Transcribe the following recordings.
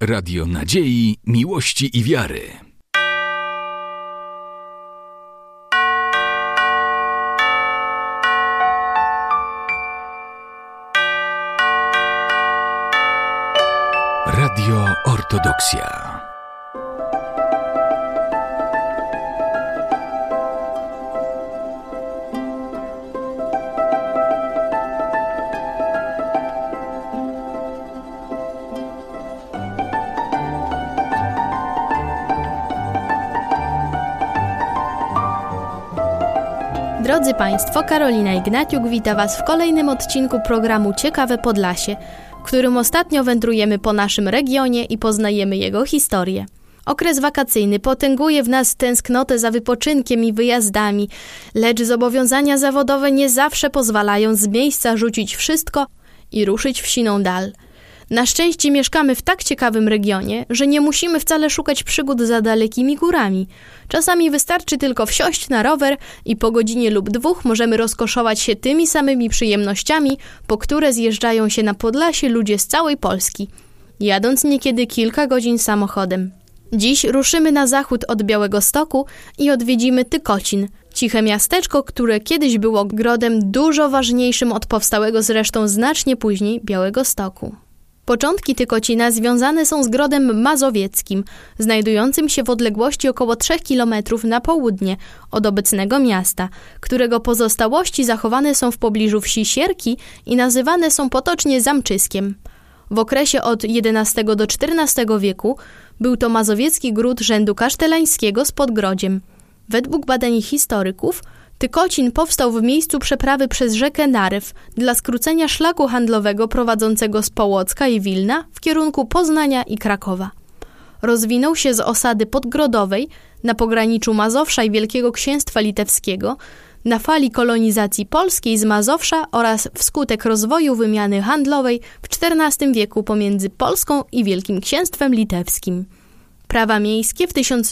Radio nadziei, miłości i wiary. Radio Ortodoksja. Drodzy Państwo, Karolina Ignaciuk wita Was w kolejnym odcinku programu Ciekawe Podlasie, w którym ostatnio wędrujemy po naszym regionie i poznajemy jego historię. Okres wakacyjny potęguje w nas tęsknotę za wypoczynkiem i wyjazdami, lecz zobowiązania zawodowe nie zawsze pozwalają z miejsca rzucić wszystko i ruszyć w siną dal. Na szczęście mieszkamy w tak ciekawym regionie, że nie musimy wcale szukać przygód za dalekimi górami. Czasami wystarczy tylko wsiąść na rower i po godzinie lub dwóch możemy rozkoszować się tymi samymi przyjemnościami, po które zjeżdżają się na Podlasie ludzie z całej Polski, jadąc niekiedy kilka godzin samochodem. Dziś ruszymy na zachód od Białegostoku i odwiedzimy Tykocin, ciche miasteczko, które kiedyś było grodem dużo ważniejszym od powstałego zresztą znacznie później Białegostoku. Początki Tykocina związane są z Grodem Mazowieckim, znajdującym się w odległości około 3 km na południe od obecnego miasta, którego pozostałości zachowane są w pobliżu wsi Sierki i nazywane są potocznie Zamczyskiem. W okresie od XI do XIV wieku był to mazowiecki gród rzędu kasztelańskiego z Podgrodziem. Według badań historyków Tykocin powstał w miejscu przeprawy przez rzekę Narew dla skrócenia szlaku handlowego prowadzącego z Połocka i Wilna w kierunku Poznania i Krakowa. Rozwinął się z osady podgrodowej na pograniczu Mazowsza i Wielkiego Księstwa Litewskiego na fali kolonizacji polskiej z Mazowsza oraz wskutek rozwoju wymiany handlowej w XIV wieku pomiędzy Polską i Wielkim Księstwem Litewskim. Prawa miejskie w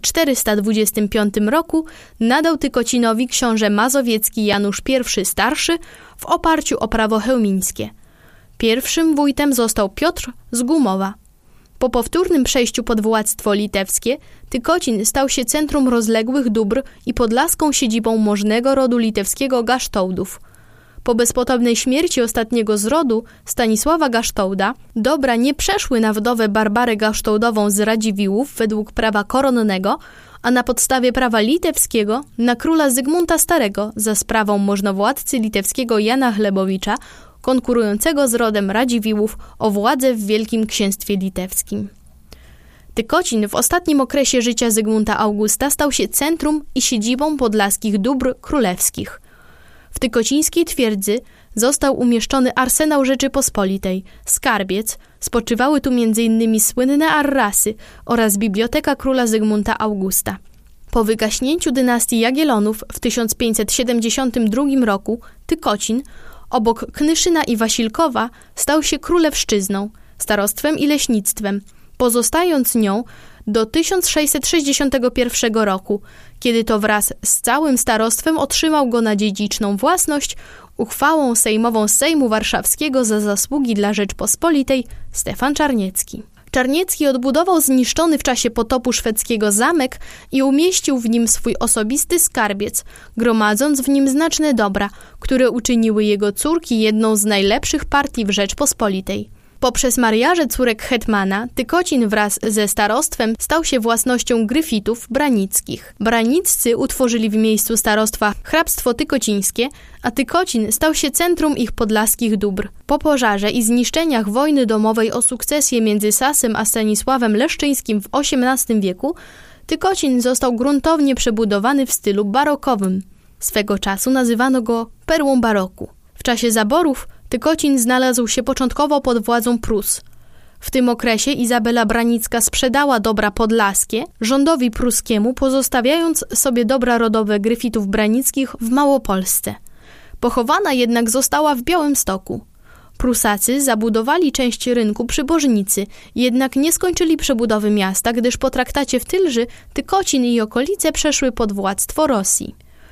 1425 roku nadał Tykocinowi książę mazowiecki Janusz I Starszy w oparciu o prawo chełmińskie. Pierwszym wójtem został Piotr z Gumowa. Po powtórnym przejściu pod władztwo litewskie Tykocin stał się centrum rozległych dóbr i podlaską siedzibą możnego rodu litewskiego Gasztołdów. Po bezpotomnej śmierci ostatniego z rodu, Stanisława Gasztołda, dobra nie przeszły na wdowę Barbarę Gasztołdową z Radziwiłłów według prawa koronnego, a na podstawie prawa litewskiego na króla Zygmunta Starego za sprawą możnowładcy litewskiego Jana Chlebowicza, konkurującego z rodem Radziwiłłów o władzę w Wielkim Księstwie Litewskim. Tykocin w ostatnim okresie życia Zygmunta Augusta stał się centrum i siedzibą podlaskich dóbr królewskich. W tykocińskiej twierdzy został umieszczony arsenał Rzeczypospolitej, skarbiec, spoczywały tu m.in. słynne arrasy oraz biblioteka króla Zygmunta Augusta. Po wygaśnięciu dynastii Jagiellonów w 1572 roku Tykocin, obok Knyszyna i Wasilkowa, stał się królewszczyzną, starostwem i leśnictwem, pozostając nią do 1661 roku, kiedy to wraz z całym starostwem otrzymał go na dziedziczną własność uchwałą sejmową z Sejmu Warszawskiego za zasługi dla Rzeczpospolitej Stefan Czarniecki. Czarniecki odbudował zniszczony w czasie potopu szwedzkiego zamek i umieścił w nim swój osobisty skarbiec, gromadząc w nim znaczne dobra, które uczyniły jego córki jedną z najlepszych partii w Rzeczpospolitej. Poprzez mariaże córek hetmana Tykocin wraz ze starostwem stał się własnością Gryfitów branickich. Braniccy utworzyli w miejscu starostwa hrabstwo tykocińskie, a Tykocin stał się centrum ich podlaskich dóbr. Po pożarze i zniszczeniach wojny domowej o sukcesję między Sasem a Stanisławem Leszczyńskim w XVIII wieku Tykocin został gruntownie przebudowany w stylu barokowym. Swego czasu nazywano go perłą baroku. W czasie zaborów Tykocin znalazł się początkowo pod władzą Prus. W tym okresie Izabela Branicka sprzedała dobra podlaskie rządowi pruskiemu, pozostawiając sobie dobra rodowe Gryfitów branickich w Małopolsce. Pochowana jednak została w Białymstoku. Prusacy zabudowali część rynku przy Bożnicy, jednak nie skończyli przebudowy miasta, gdyż po traktacie w Tylży Tykocin i okolice przeszły pod władztwo Rosji.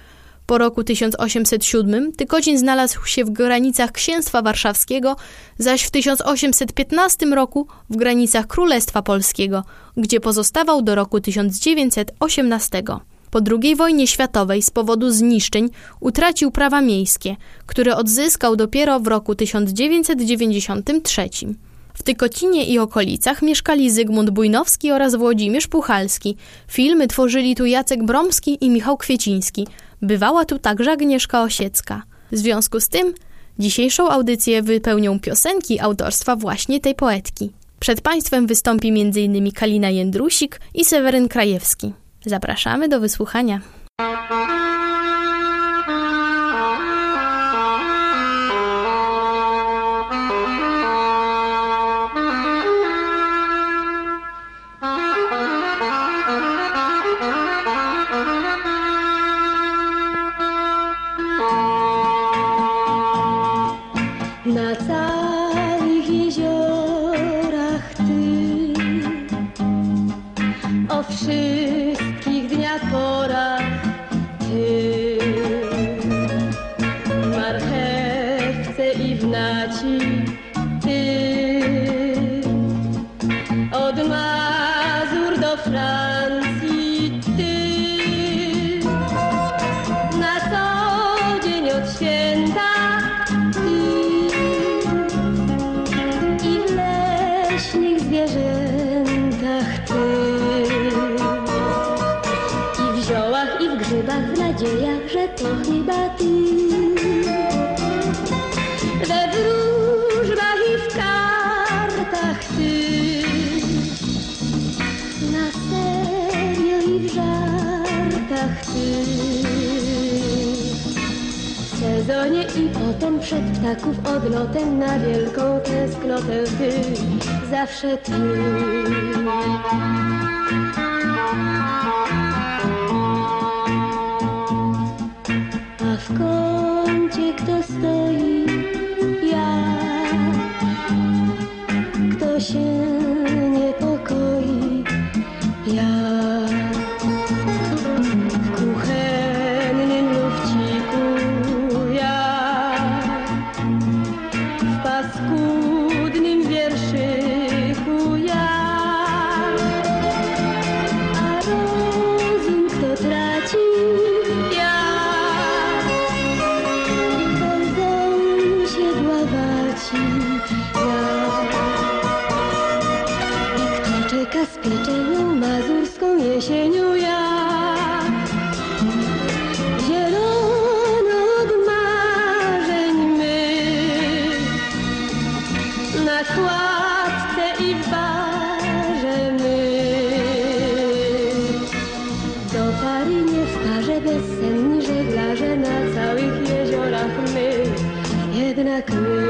Po roku 1807 Tykocin znalazł się w granicach Księstwa Warszawskiego, zaś w 1815 roku w granicach Królestwa Polskiego, gdzie pozostawał do roku 1918. Po II wojnie światowej z powodu zniszczeń utracił prawa miejskie, które odzyskał dopiero w roku 1993. W Tykocinie i okolicach mieszkali Zygmunt Bujnowski oraz Włodzimierz Puchalski. Filmy tworzyli tu Jacek Bromski i Michał Kwieciński. Bywała tu także Agnieszka Osiecka. W związku z tym dzisiejszą audycję wypełnią piosenki autorstwa właśnie tej poetki. Przed Państwem wystąpi m.in. Kalina Jędrusik i Seweryn Krajewski. Zapraszamy do wysłuchania. Na całych jeziorach Ty, o wszystkich dniach, porach Ty, w marchewce i w naci Ty, od Mazur do Francji Ty, na co dzień od święta zwierzętach Ty, i w ziołach, i w grzybach, w nadziejach, że to chyba Ty, we wróżbach i w kartach Ty, na serio i w żartach Ty, w sezonie i potem przed ptaków odlotem na wielką tęsknotę Ty, zawsze Ty. A w kącie kto stoi? Ja. Kto się niepokoi? Ja. W kuchennym lufciku ja. W paskudnym wierszyku ja. A rozum kto traci? Ja. Będą się dławaci ja. I kto czeka z pieczenią mazurską jesienią ja. Zielono od marzeń mych, na kładce i w barze mych. Do pary nie w parze bezsenni żeglarze na całych jeziorach mych, jednak my.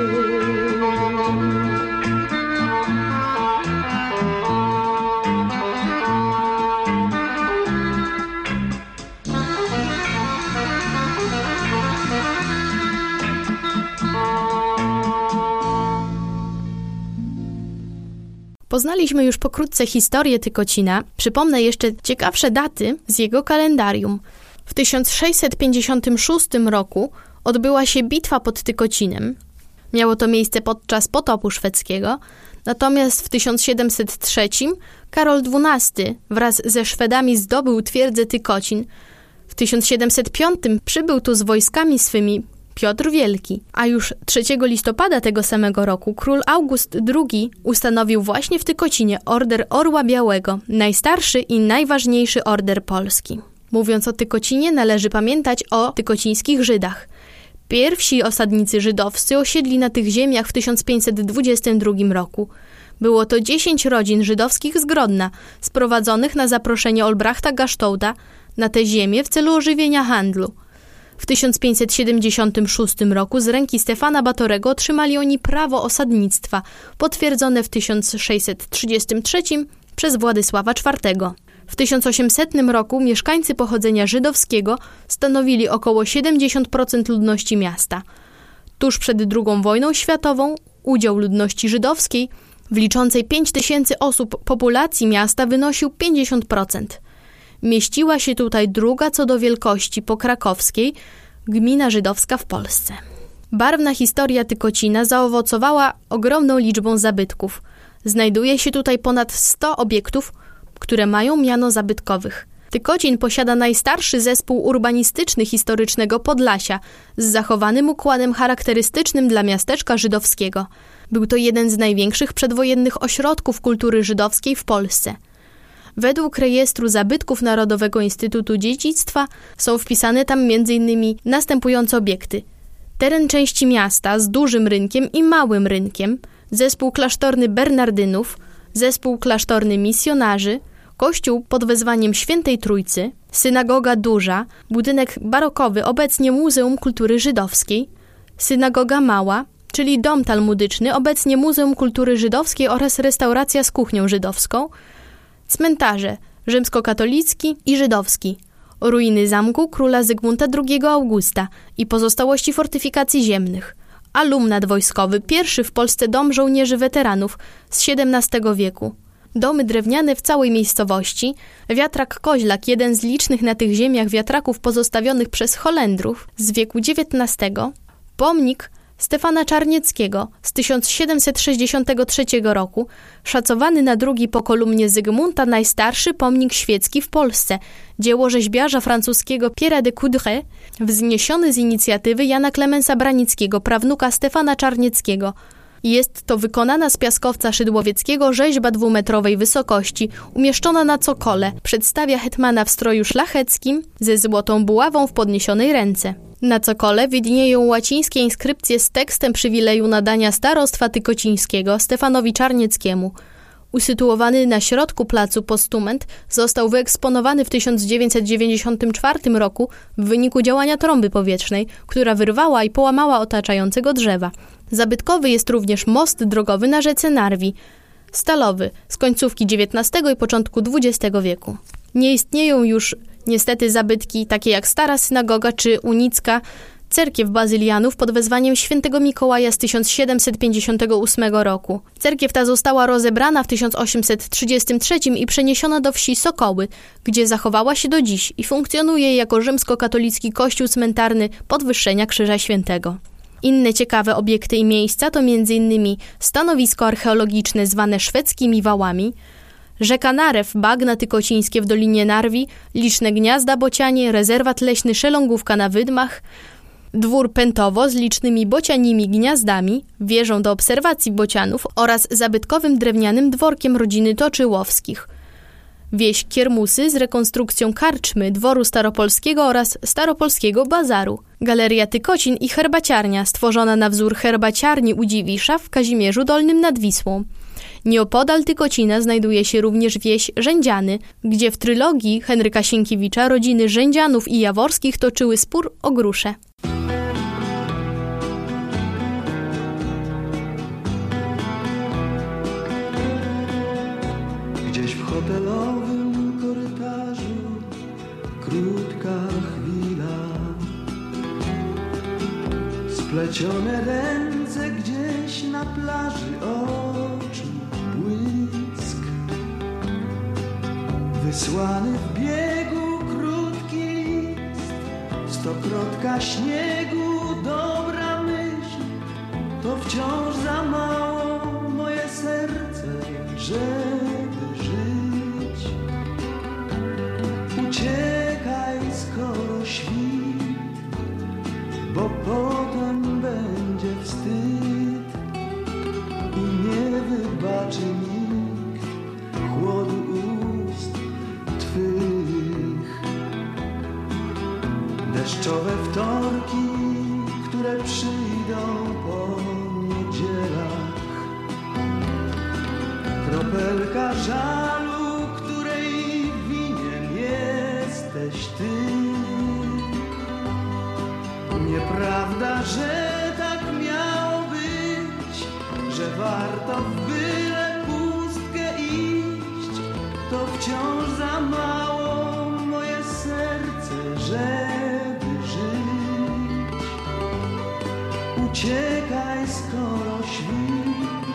Poznaliśmy już pokrótce historię Tykocina. Przypomnę jeszcze ciekawsze daty z jego kalendarium. W 1656 roku odbyła się bitwa pod Tykocinem. Miało to miejsce podczas potopu szwedzkiego. Natomiast w 1703 Karol XII wraz ze Szwedami zdobył twierdzę Tykocin. W 1705 przybył tu z wojskami swymi Piotr Wielki, a już 3 listopada tego samego roku król August II ustanowił właśnie w Tykocinie Order Orła Białego, najstarszy i najważniejszy order Polski. Mówiąc o Tykocinie, należy pamiętać o tykocińskich Żydach. Pierwsi osadnicy żydowscy osiedli na tych ziemiach w 1522 roku. Było to 10 rodzin żydowskich z Grodna, sprowadzonych na zaproszenie Olbrachta Gasztouta na te ziemię w celu ożywienia handlu. W 1576 roku z ręki Stefana Batorego otrzymali oni prawo osadnictwa, potwierdzone w 1633 przez Władysława IV. W 1800 roku mieszkańcy pochodzenia żydowskiego stanowili około 70% ludności miasta. Tuż przed II wojną światową udział ludności żydowskiej w liczącej 5000 osób populacji miasta wynosił 50%. mieściła się tutaj druga co do wielkości po krakowskiej gmina żydowska w Polsce. Barwna historia Tykocina zaowocowała ogromną liczbą zabytków. Znajduje się tutaj ponad 100 obiektów, które mają miano zabytkowych. Tykocin posiada najstarszy zespół urbanistyczny historycznego Podlasia z zachowanym układem charakterystycznym dla miasteczka żydowskiego. Był to jeden z największych przedwojennych ośrodków kultury żydowskiej w Polsce. Według rejestru zabytków Narodowego Instytutu Dziedzictwa są wpisane tam m.in. następujące obiekty. Teren części miasta z dużym rynkiem i małym rynkiem, zespół klasztorny Bernardynów, zespół klasztorny misjonarzy, kościół pod wezwaniem Świętej Trójcy, synagoga duża, budynek barokowy, obecnie Muzeum Kultury Żydowskiej, synagoga mała, czyli dom talmudyczny, obecnie Muzeum Kultury Żydowskiej oraz restauracja z kuchnią żydowską, cmentarze rzymskokatolicki i żydowski, ruiny zamku króla Zygmunta II Augusta i pozostałości fortyfikacji ziemnych, alumnat wojskowy, pierwszy w Polsce dom żołnierzy weteranów z XVII wieku, domy drewniane w całej miejscowości, wiatrak Koźlak, jeden z licznych na tych ziemiach wiatraków pozostawionych przez Holendrów z wieku XIX, pomnik Stefana Czarnieckiego z 1763 roku, szacowany na drugi po kolumnie Zygmunta najstarszy pomnik świecki w Polsce, dzieło rzeźbiarza francuskiego Pierre'a de Coudray, wzniesiony z inicjatywy Jana Klemensa Branickiego, prawnuka Stefana Czarnieckiego. Jest to wykonana z piaskowca szydłowieckiego rzeźba 2-metrowej wysokości, umieszczona na cokole. Przedstawia hetmana w stroju szlacheckim ze złotą buławą w podniesionej ręce. Na cokole widnieją łacińskie inskrypcje z tekstem przywileju nadania starostwa tykocińskiego Stefanowi Czarnieckiemu. Usytuowany na środku placu postument został wyeksponowany w 1994 roku w wyniku działania trąby powietrznej, która wyrwała i połamała otaczającego drzewa. Zabytkowy jest również most drogowy na rzece Narwi, stalowy, z końcówki XIX i początku XX wieku. Nie istnieją już niestety zabytki takie jak Stara Synagoga czy unicka cerkiew bazylianów pod wezwaniem świętego Mikołaja z 1758 roku. Cerkiew ta została rozebrana w 1833 i przeniesiona do wsi Sokoły, gdzie zachowała się do dziś i funkcjonuje jako rzymskokatolicki kościół cmentarny Podwyższenia Krzyża Świętego. Inne ciekawe obiekty i miejsca to m.in. stanowisko archeologiczne zwane szwedzkimi wałami, rzeka Narew, bagna tykocińskie w Dolinie Narwi, liczne gniazda bocianie, rezerwat leśny Szelongówka na Wydmach, dwór Pętowo z licznymi bocianimi gniazdami, wieżą do obserwacji bocianów oraz zabytkowym drewnianym dworkiem rodziny Toczyłowskich, wieś Kiermusy z rekonstrukcją karczmy, dworu staropolskiego oraz staropolskiego bazaru, galeria Tykocin i herbaciarnia stworzona na wzór herbaciarni u Dziwisza w Kazimierzu Dolnym nad Wisłą. Nieopodal Tykocina znajduje się również wieś Rzędziany, gdzie w trylogii Henryka Sienkiewicza rodziny Rzędzianów i Jaworskich toczyły spór o grusze. Gdzieś w hotelowym korytarzu krótka chwila, splecione ręce gdzieś na plaży, oczu błysk, wysłany w biegu krótki list, stokrotka śniegu, dobra myśl, to wciąż za mało moje serce, żeby żyć. Uciekaj, skoro świt, bo potem będzie wstyd i nie wybaczy nikt chłodu ust twych. Deszczowe wtorki, które przyjdą po niedzielach, kropelka żalu, której winien jesteś ty. Nieprawda, że tak miało być, że warto w byle pustkę iść, to wciąż za mało moje serce, żeby żyć. Uciekaj, skoro świt,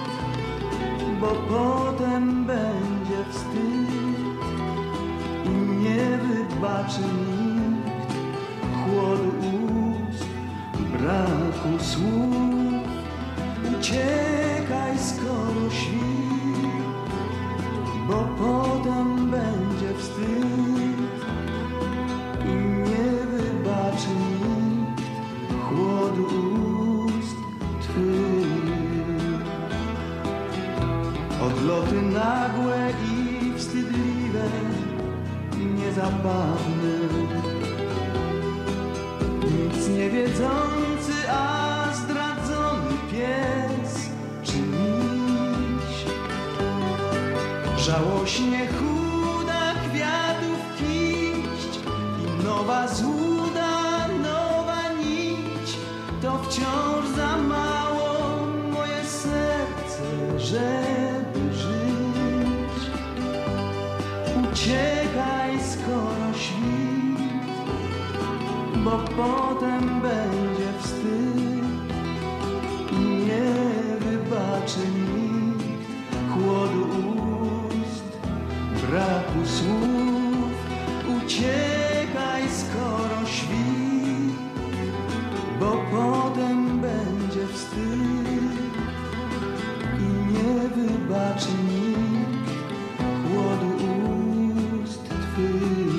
bo potem będzie wstyd i nie wybaczy nikt chłodu ust, braku słów. Uciekaj, skoro świt, bo potem będzie wstyd i nie wybaczy nikt chłodu ust twych. Odloty nagłe i wstydliwe, niezabawne, nic nie wiedzący, a zdradzony pies czy miś. Żałośnie chuda kwiatów kiść i nowa złuda, nowa nić. To wciąż za mało moje serce, żeby żyć. Uciekaj, skoro świt, bo potem będzie wstyd i nie wybaczy nikt chłodu ust, braku słów. Uciekaj, skoro świt, bo potem będzie wstyd i nie wybaczy nikt chłodu ust twych.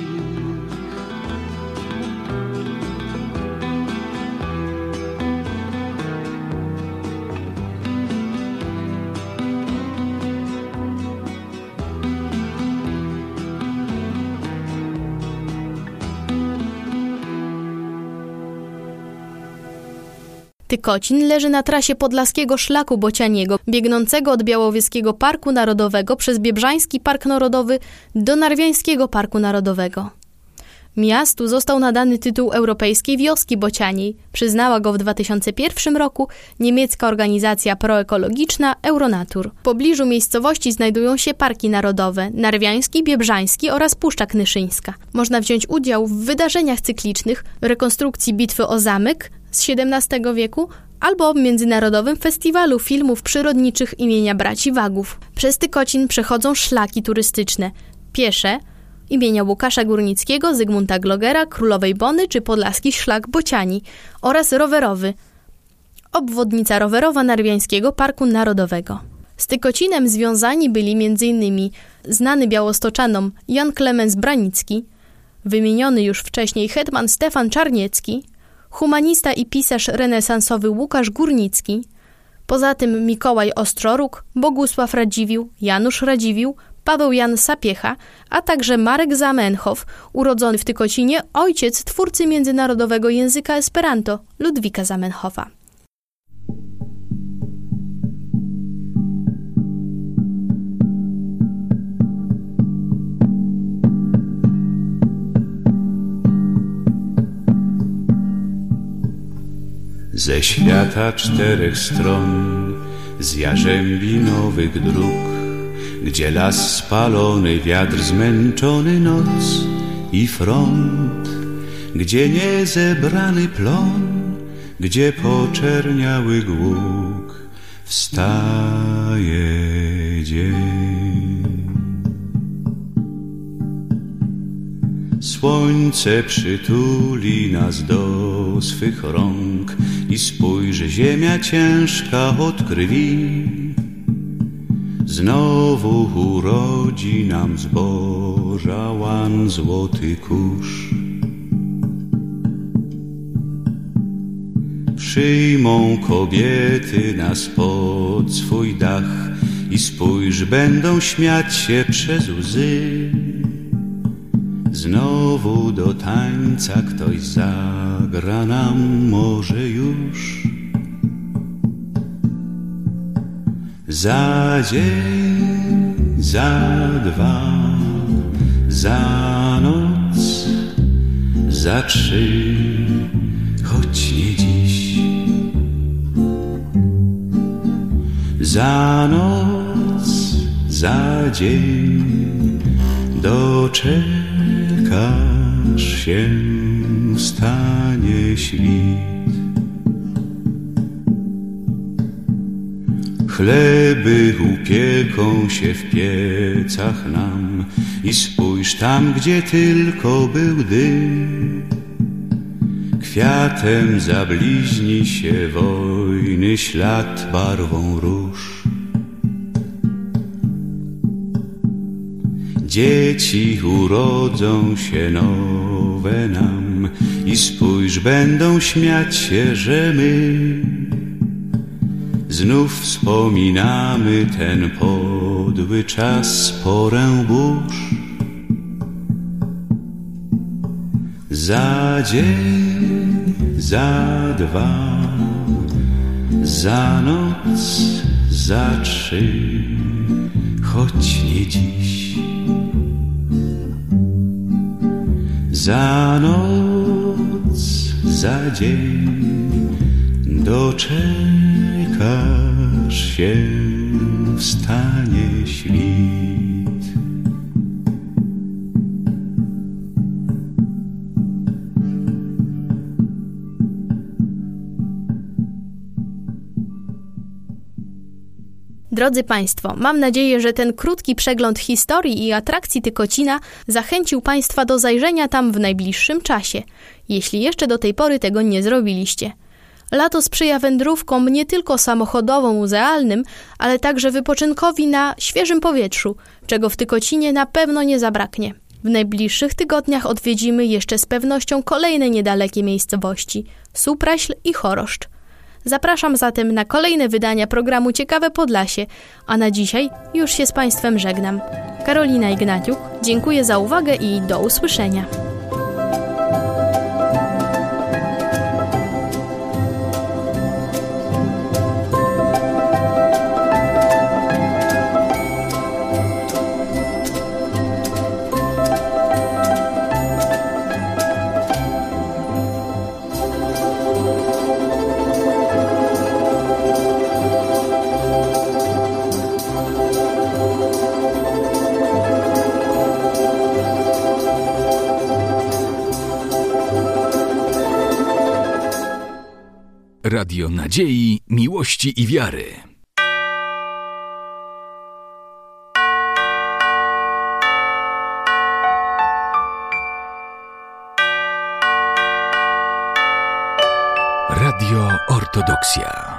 Tykocin leży na trasie podlaskiego szlaku bocianiego, biegnącego od Białowieskiego Parku Narodowego przez Biebrzański Park Narodowy do Narwiańskiego Parku Narodowego. Miastu został nadany tytuł Europejskiej Wioski Bocianiej. Przyznała go w 2001 roku niemiecka organizacja proekologiczna Euronatur. W pobliżu miejscowości znajdują się parki narodowe Narwiański, Biebrzański oraz Puszcza Knyszyńska. Można wziąć udział w wydarzeniach cyklicznych, rekonstrukcji bitwy o zamek z XVII wieku albo w Międzynarodowym Festiwalu Filmów Przyrodniczych imienia Braci Wagów. Przez Tykocin przechodzą szlaki turystyczne, piesze, imienia Łukasza Górnickiego, Zygmunta Glogera, Królowej Bony czy Podlaski Szlak Bociani oraz rowerowy, obwodnica rowerowa Narwiańskiego Parku Narodowego. Z Tykocinem związani byli m.in. znany białostoczanom Jan Klemens Branicki, wymieniony już wcześniej hetman Stefan Czarniecki, humanista i pisarz renesansowy Łukasz Górnicki, poza tym Mikołaj Ostroróg, Bogusław Radziwiłł, Janusz Radziwiłł, Paweł Jan Sapiecha, a także Marek Zamenhof, urodzony w Tykocinie, ojciec twórcy międzynarodowego języka Esperanto, Ludwika Zamenhofa. Ze świata 4 stron, z jarzębinowych dróg, gdzie las spalony, wiatr zmęczony, noc i front, gdzie niezebrany plon, gdzie poczerniały głuk, wstaje dzień. Słońce przytuli nas do swych rąk i spójrz, ziemia ciężka od krwi znowu urodzi nam zboża łan złoty kurz. Przyjmą kobiety nas pod swój dach i spójrz, będą śmiać się przez łzy. Znowu do tańca ktoś zagra nam może już. Za dzień, za 2, za noc, za 3, choć nie dziś. Za noc, za dzień doczekasz się, wstanie świt. Chleby upieką się w piecach nam i spójrz tam, gdzie tylko był dym. Kwiatem zabliźni się wojny ślad barwą róż. Dzieci urodzą się nowe nam i spójrz, będą śmiać się, że my znów wspominamy ten podły czas, porę burz. Za dzień, za dwa, za noc, za trzy, choć nie dziś. Za noc, za dzień doczekasz się, wstanie świt. Drodzy Państwo, mam nadzieję, że ten krótki przegląd historii i atrakcji Tykocina zachęcił Państwa do zajrzenia tam w najbliższym czasie, jeśli jeszcze do tej pory tego nie zrobiliście. Lato sprzyja wędrówkom nie tylko samochodowo-muzealnym, ale także wypoczynkowi na świeżym powietrzu, czego w Tykocinie na pewno nie zabraknie. W najbliższych tygodniach odwiedzimy jeszcze z pewnością kolejne niedalekie miejscowości – Supraśl i Choroszcz. Zapraszam zatem na kolejne wydania programu Ciekawe Podlasie, a na dzisiaj już się z Państwem żegnam. Karolina Ignatiuk, dziękuję za uwagę i do usłyszenia. Radio Nadziei, Miłości i Wiary. Radio Ortodoksja.